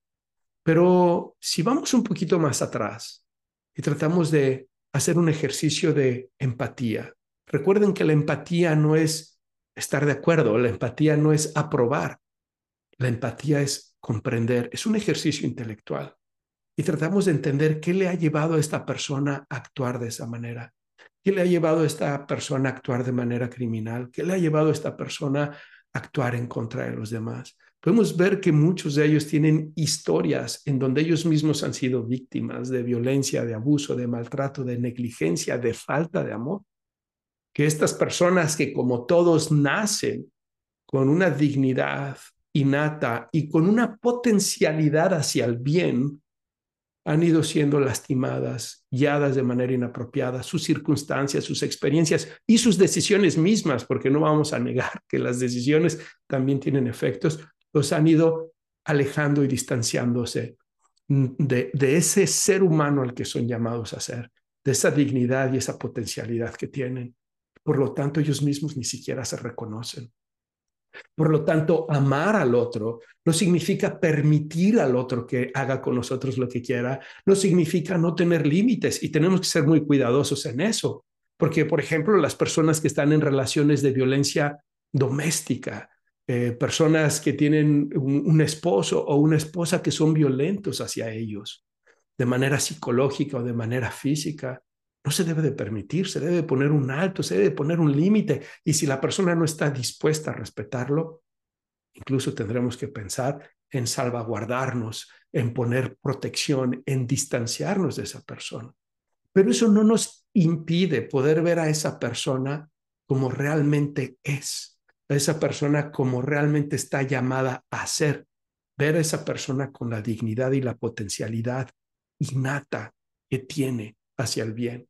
Pero si vamos un poquito más atrás y tratamos de hacer un ejercicio de empatía, recuerden que la empatía no es estar de acuerdo, la empatía no es aprobar, la empatía es comprender, es un ejercicio intelectual. Y tratamos de entender qué le ha llevado a esta persona a actuar de esa manera, qué le ha llevado a esta persona a actuar de manera criminal, qué le ha llevado a esta persona a actuar en contra de los demás. Podemos ver que muchos de ellos tienen historias en donde ellos mismos han sido víctimas de violencia, de abuso, de maltrato, de negligencia, de falta de amor. Que estas personas, que como todos nacen con una dignidad innata y con una potencialidad hacia el bien, han ido siendo lastimadas, guiadas de manera inapropiada, sus circunstancias, sus experiencias y sus decisiones mismas, porque no vamos a negar que las decisiones también tienen efectos, los han ido alejando y distanciándose de ese ser humano al que son llamados a ser, de esa dignidad y esa potencialidad que tienen. Por lo tanto, ellos mismos ni siquiera se reconocen. Por lo tanto, amar al otro no significa permitir al otro que haga con nosotros lo que quiera, no significa no tener límites, y tenemos que ser muy cuidadosos en eso, porque, por ejemplo, las personas que están en relaciones de violencia doméstica, personas que tienen un esposo o una esposa que son violentos hacia ellos, de manera psicológica o de manera física, no se debe de permitir, se debe de poner un alto, se debe de poner un límite, y si la persona no está dispuesta a respetarlo, Incluso tendremos que pensar en salvaguardarnos, en poner protección, en distanciarnos de esa persona. Pero eso no nos impide poder ver a esa persona como realmente es, a esa persona como realmente está llamada a ser, ver a esa persona con la dignidad y la potencialidad innata que tiene hacia el bien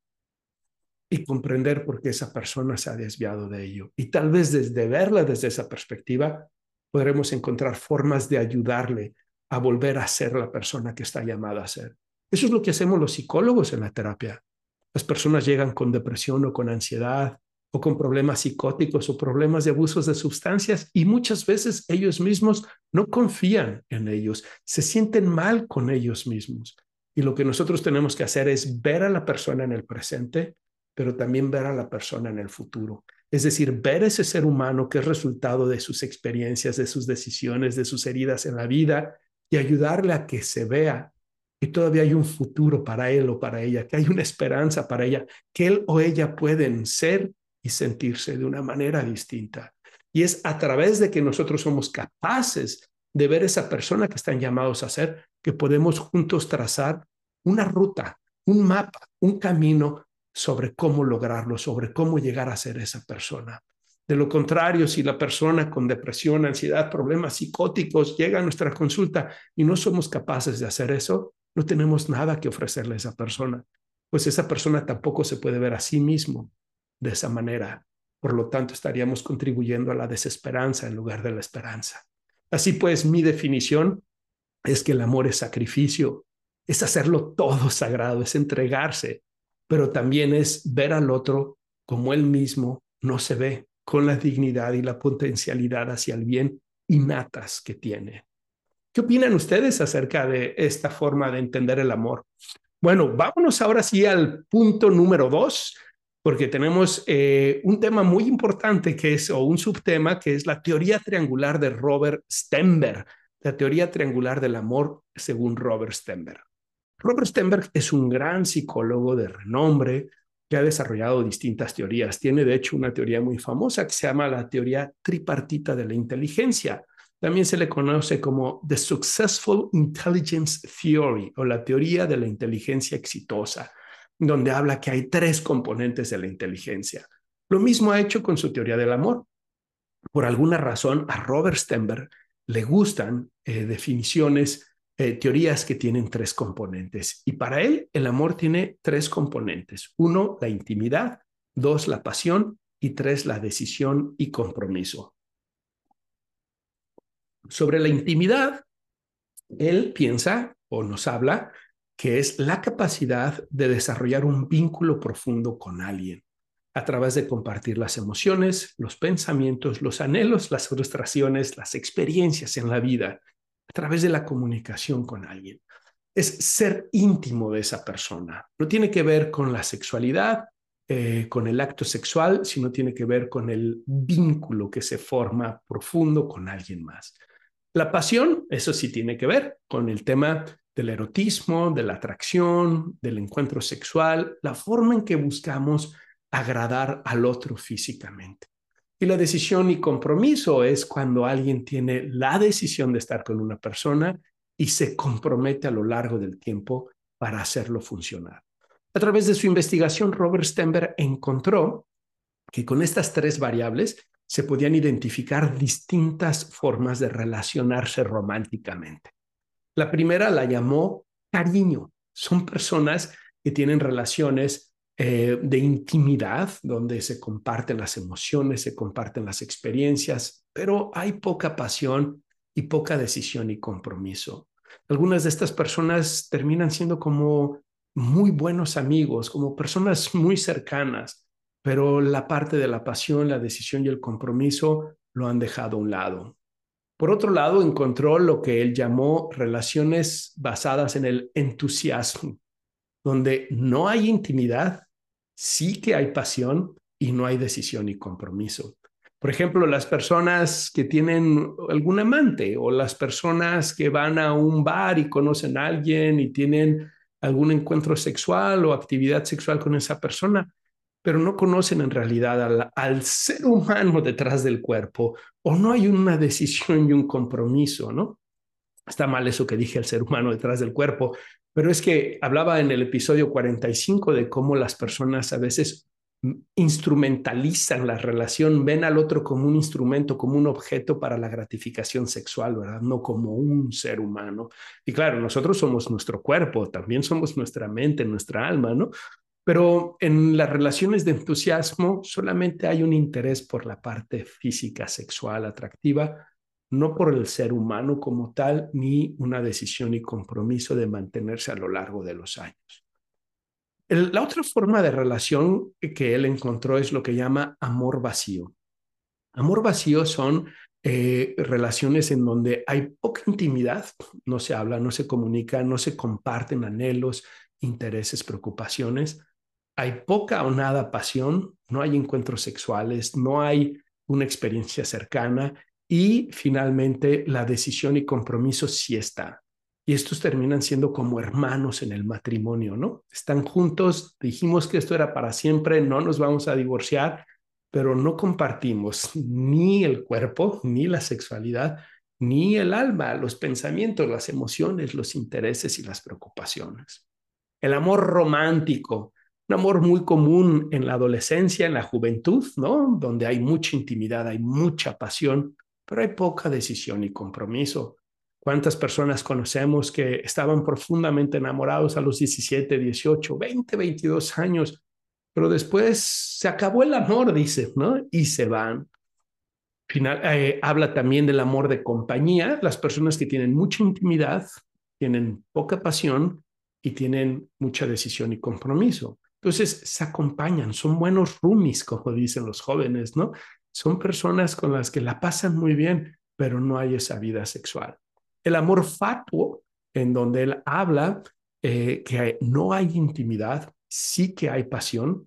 y comprender por qué esa persona se ha desviado de ello. Y tal vez desde verla desde esa perspectiva, podremos encontrar formas de ayudarle a volver a ser la persona que está llamada a ser. Eso es lo que hacemos los psicólogos en la terapia. Las personas llegan con depresión o con ansiedad o con problemas psicóticos o problemas de abusos de sustancias y muchas veces ellos mismos no confían en ellos, se sienten mal con ellos mismos. Y lo que nosotros tenemos que hacer es ver a la persona en el presente, pero también ver a la persona en el futuro. Es decir, ver ese ser humano que es resultado de sus experiencias, de sus decisiones, de sus heridas en la vida y ayudarle a que se vea que todavía hay un futuro para él o para ella, que hay una esperanza para ella, que él o ella pueden ser y sentirse de una manera distinta. Y es a través de que nosotros somos capaces de ver esa persona que están llamados a ser, que podemos juntos trazar una ruta, un mapa, un camino sobre cómo lograrlo, sobre cómo llegar a ser esa persona. De lo contrario, si la persona con depresión, ansiedad, problemas psicóticos llega a nuestra consulta y no somos capaces de hacer eso, no tenemos nada que ofrecerle a esa persona, pues esa persona tampoco se puede ver a sí mismo de esa manera. Por lo tanto, estaríamos contribuyendo a la desesperanza en lugar de la esperanza. Así pues, mi definición es que el amor es sacrificio, es hacerlo todo sagrado, es entregarse, pero también es ver al otro como él mismo no se ve, con la dignidad y la potencialidad hacia el bien innatas que tiene. ¿Qué opinan ustedes acerca de esta forma de entender el amor? Bueno, vámonos ahora sí al punto número 2, porque tenemos un tema muy importante que es, o un subtema, que es la teoría triangular de Robert Stenberg, la teoría triangular del amor según Robert Stenberg. Robert Stenberg es un gran psicólogo de renombre que ha desarrollado distintas teorías. Tiene, de hecho, una teoría muy famosa que se llama la teoría tripartita de la inteligencia. También se le conoce como The Successful Intelligence Theory o la teoría de la inteligencia exitosa, donde habla que hay 3 componentes de la inteligencia. Lo mismo ha hecho con su teoría del amor. Por alguna razón, a Robert Stenberg le gustan definiciones, teorías que tienen 3 componentes. Y para él, el amor tiene 3 componentes. 1, la intimidad. 2, la pasión. Y 3, la decisión y compromiso. Sobre la intimidad, él piensa o nos habla que es la capacidad de desarrollar un vínculo profundo con alguien a través de compartir las emociones, los pensamientos, los anhelos, las frustraciones, las experiencias en la vida, a través de la comunicación con alguien. Es ser íntimo de esa persona. No tiene que ver con la sexualidad, con el acto sexual, sino tiene que ver con el vínculo que se forma profundo con alguien más. La pasión, eso sí tiene que ver con el tema del erotismo, de la atracción, del encuentro sexual, la forma en que buscamos agradar al otro físicamente. Y la decisión y compromiso es cuando alguien tiene la decisión de estar con una persona y se compromete a lo largo del tiempo para hacerlo funcionar. A través de su investigación, Robert Stenberg encontró que con estas 3 variables se podían identificar distintas formas de relacionarse románticamente. La primera la llamó cariño. Son personas que tienen relaciones de intimidad, donde se comparten las emociones, se comparten las experiencias, pero hay poca pasión y poca decisión y compromiso. Algunas de estas personas terminan siendo como muy buenos amigos, como personas muy cercanas, pero la parte de la pasión, la decisión y el compromiso lo han dejado a un lado. Por otro lado, encontró lo que él llamó relaciones basadas en el entusiasmo, donde no hay intimidad, sí que hay pasión y no hay decisión y compromiso. Por ejemplo, las personas que tienen algún amante o las personas que van a un bar y conocen a alguien y tienen algún encuentro sexual o actividad sexual con esa persona, pero no conocen en realidad al ser humano detrás del cuerpo, o no hay una decisión y un compromiso, ¿no? Está mal eso que dije, el ser humano detrás del cuerpo, pero es que hablaba en el episodio 45 de cómo las personas a veces instrumentalizan la relación, ven al otro como un instrumento, como un objeto para la gratificación sexual, ¿verdad? No como un ser humano. Y claro, nosotros somos nuestro cuerpo, también somos nuestra mente, nuestra alma, ¿no? Pero en las relaciones de entusiasmo solamente hay un interés por la parte física, sexual, atractiva, no por el ser humano como tal, ni una decisión y compromiso de mantenerse a lo largo de los años. La otra forma de relación que él encontró es lo que llama amor vacío. Amor vacío son relaciones en donde hay poca intimidad, no se habla, no se comunica, no se comparten anhelos, intereses, preocupaciones. Hay poca o nada pasión, no hay encuentros sexuales, no hay una experiencia cercana y finalmente la decisión y compromiso sí está. Y estos terminan siendo como hermanos en el matrimonio, ¿no? Están juntos, dijimos que esto era para siempre, no nos vamos a divorciar, pero no compartimos ni el cuerpo, ni la sexualidad, ni el alma, los pensamientos, las emociones, los intereses y las preocupaciones. El amor romántico, un amor muy común en la adolescencia, en la juventud, ¿no? Donde hay mucha intimidad, hay mucha pasión, pero hay poca decisión y compromiso. ¿Cuántas personas conocemos que estaban profundamente enamorados a los 17, 18, 20, 22 años, pero después se acabó el amor, dice, ¿no? Y se van. Habla también del amor de compañía, las personas que tienen mucha intimidad, tienen poca pasión y tienen mucha decisión y compromiso. Entonces se acompañan, son buenos roomies, como dicen los jóvenes, ¿no? Son personas con las que la pasan muy bien, pero no hay esa vida sexual. El amor fatuo, en donde él habla que no hay intimidad, sí que hay pasión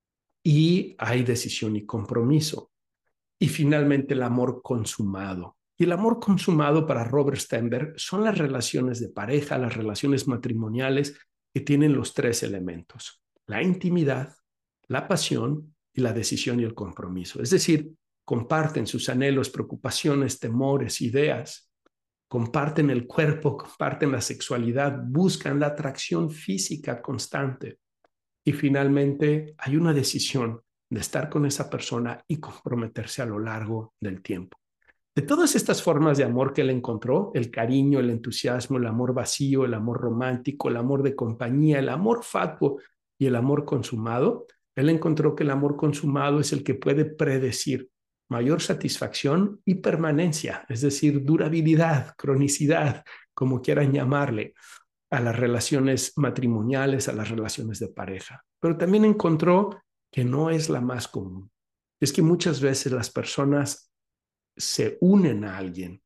y hay decisión y compromiso. Y finalmente el amor consumado. Y el amor consumado para Robert Sternberg son las relaciones de pareja, las relaciones matrimoniales que tienen los tres elementos: la intimidad, la pasión y la decisión y el compromiso. Es decir, comparten sus anhelos, preocupaciones, temores, ideas, comparten el cuerpo, comparten la sexualidad, buscan la atracción física constante. Y finalmente hay una decisión de estar con esa persona y comprometerse a lo largo del tiempo. De todas estas formas de amor que él encontró, el cariño, el entusiasmo, el amor vacío, el amor romántico, el amor de compañía, el amor fatuo y el amor consumado, él encontró que el amor consumado es el que puede predecir mayor satisfacción y permanencia, es decir, durabilidad, cronicidad, como quieran llamarle, a las relaciones matrimoniales, a las relaciones de pareja. Pero también encontró que no es la más común. Es que muchas veces las personas se unen a alguien,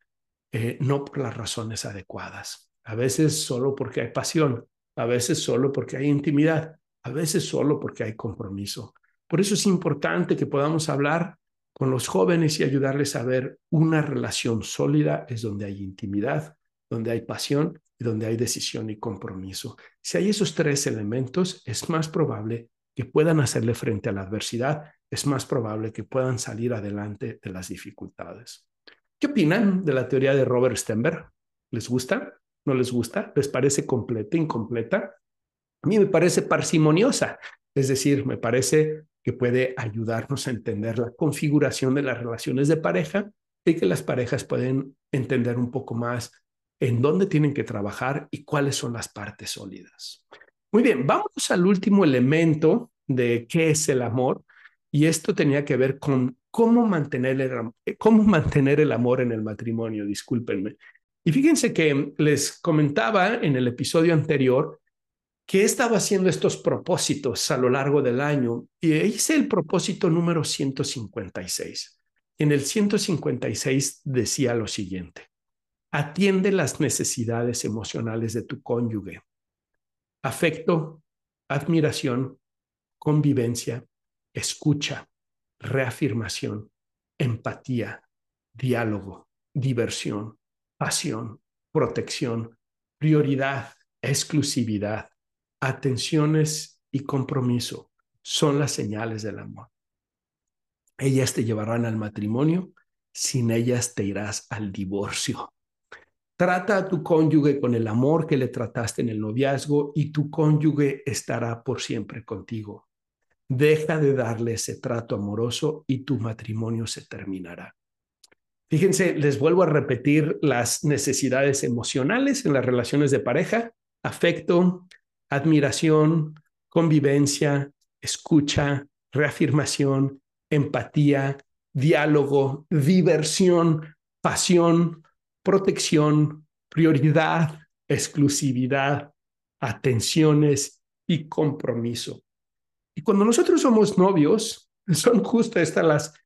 no por las razones adecuadas. A veces solo porque hay pasión, a veces solo porque hay intimidad, a veces solo porque hay compromiso. Por eso es importante que podamos hablar con los jóvenes y ayudarles a ver una relación sólida es donde hay intimidad, donde hay pasión y donde hay decisión y compromiso. Si hay esos tres elementos, es más probable que puedan hacerle frente a la adversidad, es más probable que puedan salir adelante de las dificultades. ¿Qué opinan de la teoría de Robert Sternberg? ¿Les gusta? ¿No les gusta? ¿Les parece completa, incompleta? A mí me parece parsimoniosa, es decir, me parece que puede ayudarnos a entender la configuración de las relaciones de pareja y que las parejas pueden entender un poco más en dónde tienen que trabajar y cuáles son las partes sólidas. Muy bien, vamos al último elemento de qué es el amor, y esto tenía que ver con cómo mantener el amor en el matrimonio, discúlpenme. Y fíjense que les comentaba en el episodio anterior que he estado haciendo estos propósitos a lo largo del año y hice el propósito número 156. En el 156 decía lo siguiente: atiende las necesidades emocionales de tu cónyuge. Afecto, admiración, convivencia, escucha, reafirmación, empatía, diálogo, diversión, pasión, protección, prioridad, exclusividad, atenciones y compromiso, son las señales del amor. Ellas te llevarán al matrimonio, sin ellas te irás al divorcio. Trata a tu cónyuge con el amor que le trataste en el noviazgo y tu cónyuge estará por siempre contigo. Deja de darle ese trato amoroso y tu matrimonio se terminará. Fíjense, les vuelvo a repetir las necesidades emocionales en las relaciones de pareja: afecto, admiración, convivencia, escucha, reafirmación, empatía, diálogo, diversión, pasión, protección, prioridad, exclusividad, atenciones y compromiso. Y cuando nosotros somos novios, son justo estas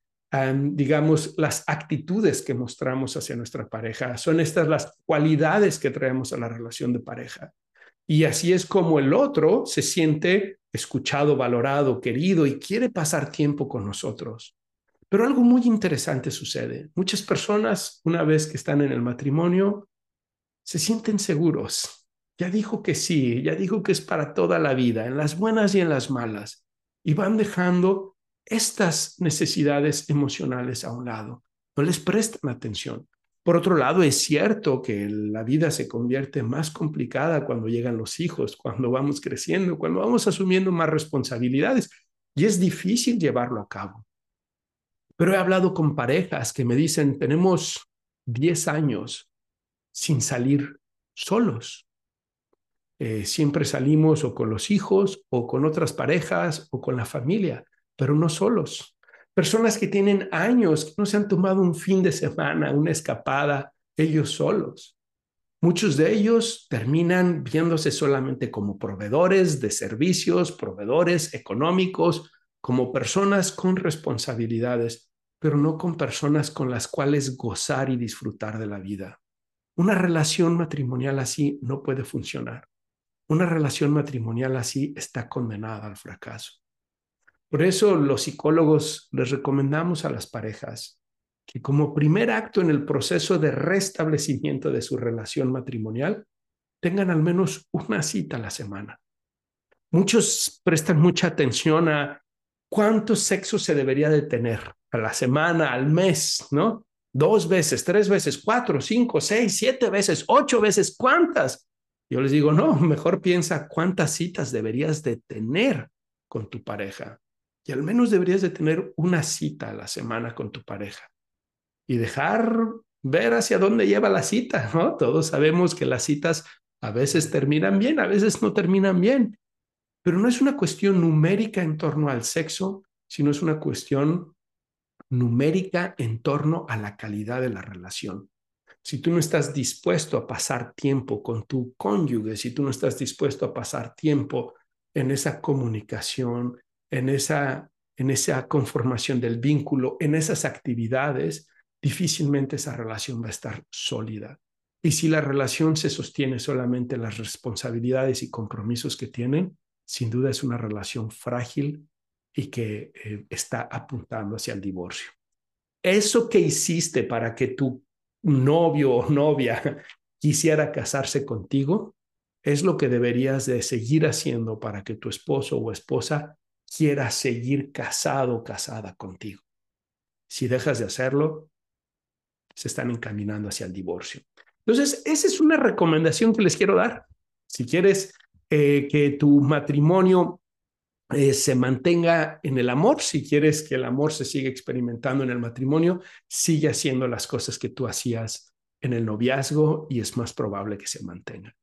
digamos, las actitudes que mostramos hacia nuestra pareja. Son estas las cualidades que traemos a la relación de pareja. Y así es como el otro se siente escuchado, valorado, querido y quiere pasar tiempo con nosotros. Pero algo muy interesante sucede. Muchas personas, una vez que están en el matrimonio, se sienten seguros. Ya dijo que sí, ya dijo que es para toda la vida, en las buenas y en las malas. Y van dejando estas necesidades emocionales a un lado. No les prestan atención. Por otro lado, es cierto que la vida se convierte más complicada cuando llegan los hijos, cuando vamos creciendo, cuando vamos asumiendo más responsabilidades. Y es difícil llevarlo a cabo. Pero he hablado con parejas que me dicen, tenemos 10 años sin salir solos. Siempre salimos o con los hijos o con otras parejas o con la familia, pero no solos. Personas que tienen años que no se han tomado un fin de semana, una escapada, ellos solos. Muchos de ellos terminan viéndose solamente como proveedores de servicios, proveedores económicos, como personas con responsabilidades, pero no con personas con las cuales gozar y disfrutar de la vida. Una relación matrimonial así no puede funcionar. Una relación matrimonial así está condenada al fracaso. Por eso los psicólogos les recomendamos a las parejas que como primer acto en el proceso de restablecimiento de su relación matrimonial, tengan al menos una cita a la semana. Muchos prestan mucha atención a cuánto sexo se debería de tener a la semana, al mes, ¿no? 2 veces, 3 veces, 4, 5, 6, 7 veces, 8 veces, ¿cuántas? Yo les digo, no, mejor piensa cuántas citas deberías de tener con tu pareja. Y al menos deberías de tener una cita a la semana con tu pareja y dejar ver hacia dónde lleva la cita, ¿no? Todos sabemos que las citas a veces terminan bien, a veces no terminan bien, pero no es una cuestión numérica en torno al sexo, sino es una cuestión numérica en torno a la calidad de la relación. Si tú no estás dispuesto a pasar tiempo con tu cónyuge, si tú no estás dispuesto a pasar tiempo en esa comunicación, en esa conformación del vínculo, en esas actividades, difícilmente esa relación va a estar sólida. Y si la relación se sostiene solamente en las responsabilidades y compromisos que tienen, sin duda es una relación frágil y que está apuntando hacia el divorcio. Eso que hiciste para que tu novio o novia quisiera casarse contigo es lo que deberías de seguir haciendo para que tu esposo o esposa quiera seguir casado o casada contigo. Si dejas de hacerlo, se están encaminando hacia el divorcio. Entonces, esa es una recomendación que les quiero dar. Si quieres que tu matrimonio se mantenga en el amor, si quieres que el amor se siga experimentando en el matrimonio, sigue haciendo las cosas que tú hacías en el noviazgo y es más probable que se mantenga.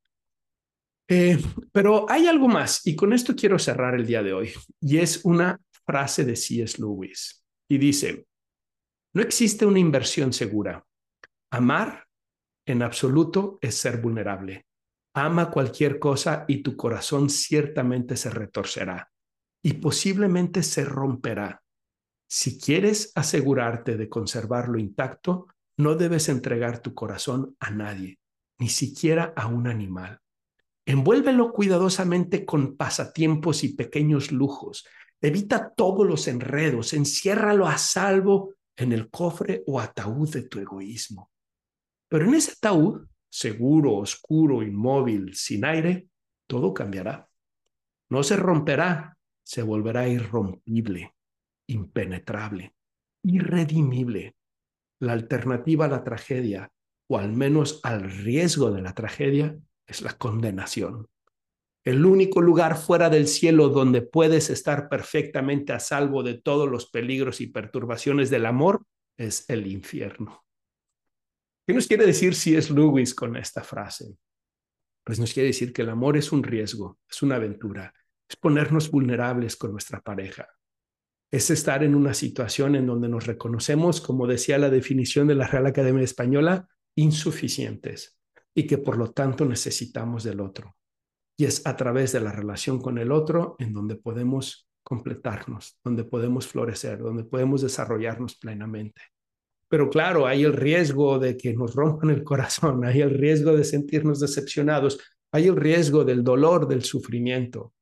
Eh, pero hay algo más y con esto quiero cerrar el día de hoy y es una frase de C.S. Lewis y dice, no existe una inversión segura. Amar en absoluto es ser vulnerable. Ama cualquier cosa y tu corazón ciertamente se retorcerá y posiblemente se romperá. Si quieres asegurarte de conservarlo intacto, no debes entregar tu corazón a nadie, ni siquiera a un animal. Envuélvelo cuidadosamente con pasatiempos y pequeños lujos. Evita todos los enredos. Enciérralo a salvo en el cofre o ataúd de tu egoísmo. Pero en ese ataúd, seguro, oscuro, inmóvil, sin aire, todo cambiará. No se romperá, se volverá irrompible, impenetrable, irredimible. La alternativa a la tragedia, o al menos al riesgo de la tragedia, es la condenación. El único lugar fuera del cielo donde puedes estar perfectamente a salvo de todos los peligros y perturbaciones del amor es el infierno. ¿Qué nos quiere decir C.S. Lewis con esta frase? Pues nos quiere decir que el amor es un riesgo, es una aventura, es ponernos vulnerables con nuestra pareja. Es estar en una situación en donde nos reconocemos, como decía la definición de la Real Academia Española, insuficientes y que por lo tanto necesitamos del otro. Y es a través de la relación con el otro en donde podemos completarnos, donde podemos florecer, donde podemos desarrollarnos plenamente. Pero claro, hay el riesgo de que nos rompan el corazón, hay el riesgo de sentirnos decepcionados, hay el riesgo del dolor, del sufrimiento.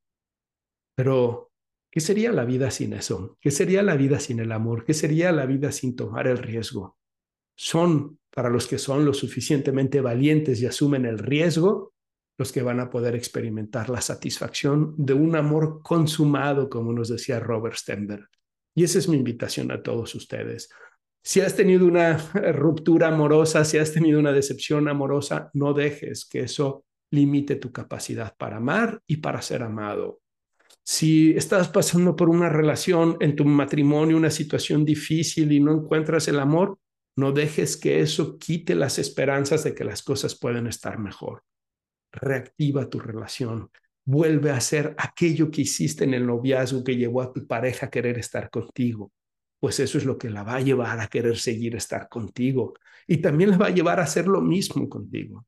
Pero, ¿qué sería la vida sin eso? ¿Qué sería la vida sin el amor? ¿Qué sería la vida sin tomar el riesgo? Son, para los que son lo suficientemente valientes y asumen el riesgo, los que van a poder experimentar la satisfacción de un amor consumado, como nos decía Robert Stenberg. Y esa es mi invitación a todos ustedes. Si has tenido una ruptura amorosa, si has tenido una decepción amorosa, no dejes que eso limite tu capacidad para amar y para ser amado. Si estás pasando por una relación en tu matrimonio, una situación difícil y no encuentras el amor, no dejes que eso quite las esperanzas de que las cosas pueden estar mejor. Reactiva tu relación. Vuelve a hacer aquello que hiciste en el noviazgo que llevó a tu pareja a querer estar contigo. Pues eso es lo que la va a llevar a querer seguir estar contigo. Y también la va a llevar a hacer lo mismo contigo.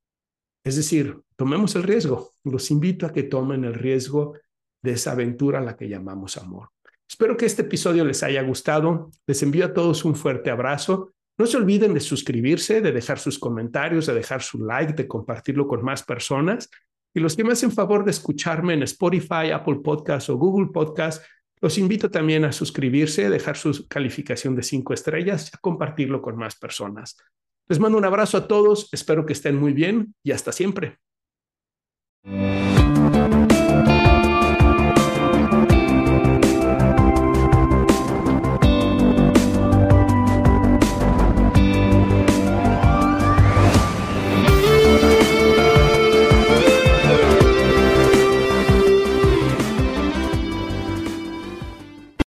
Es decir, tomemos el riesgo. Los invito a que tomen el riesgo de esa aventura a la que llamamos amor. Espero que este episodio les haya gustado. Les envío a todos un fuerte abrazo. No se olviden de suscribirse, de dejar sus comentarios, de dejar su like, de compartirlo con más personas. Y los que me hacen favor de escucharme en Spotify, Apple Podcasts o Google Podcasts, los invito también a suscribirse, dejar su calificación de 5 estrellas y a compartirlo con más personas. Les mando un abrazo a todos, espero que estén muy bien y hasta siempre.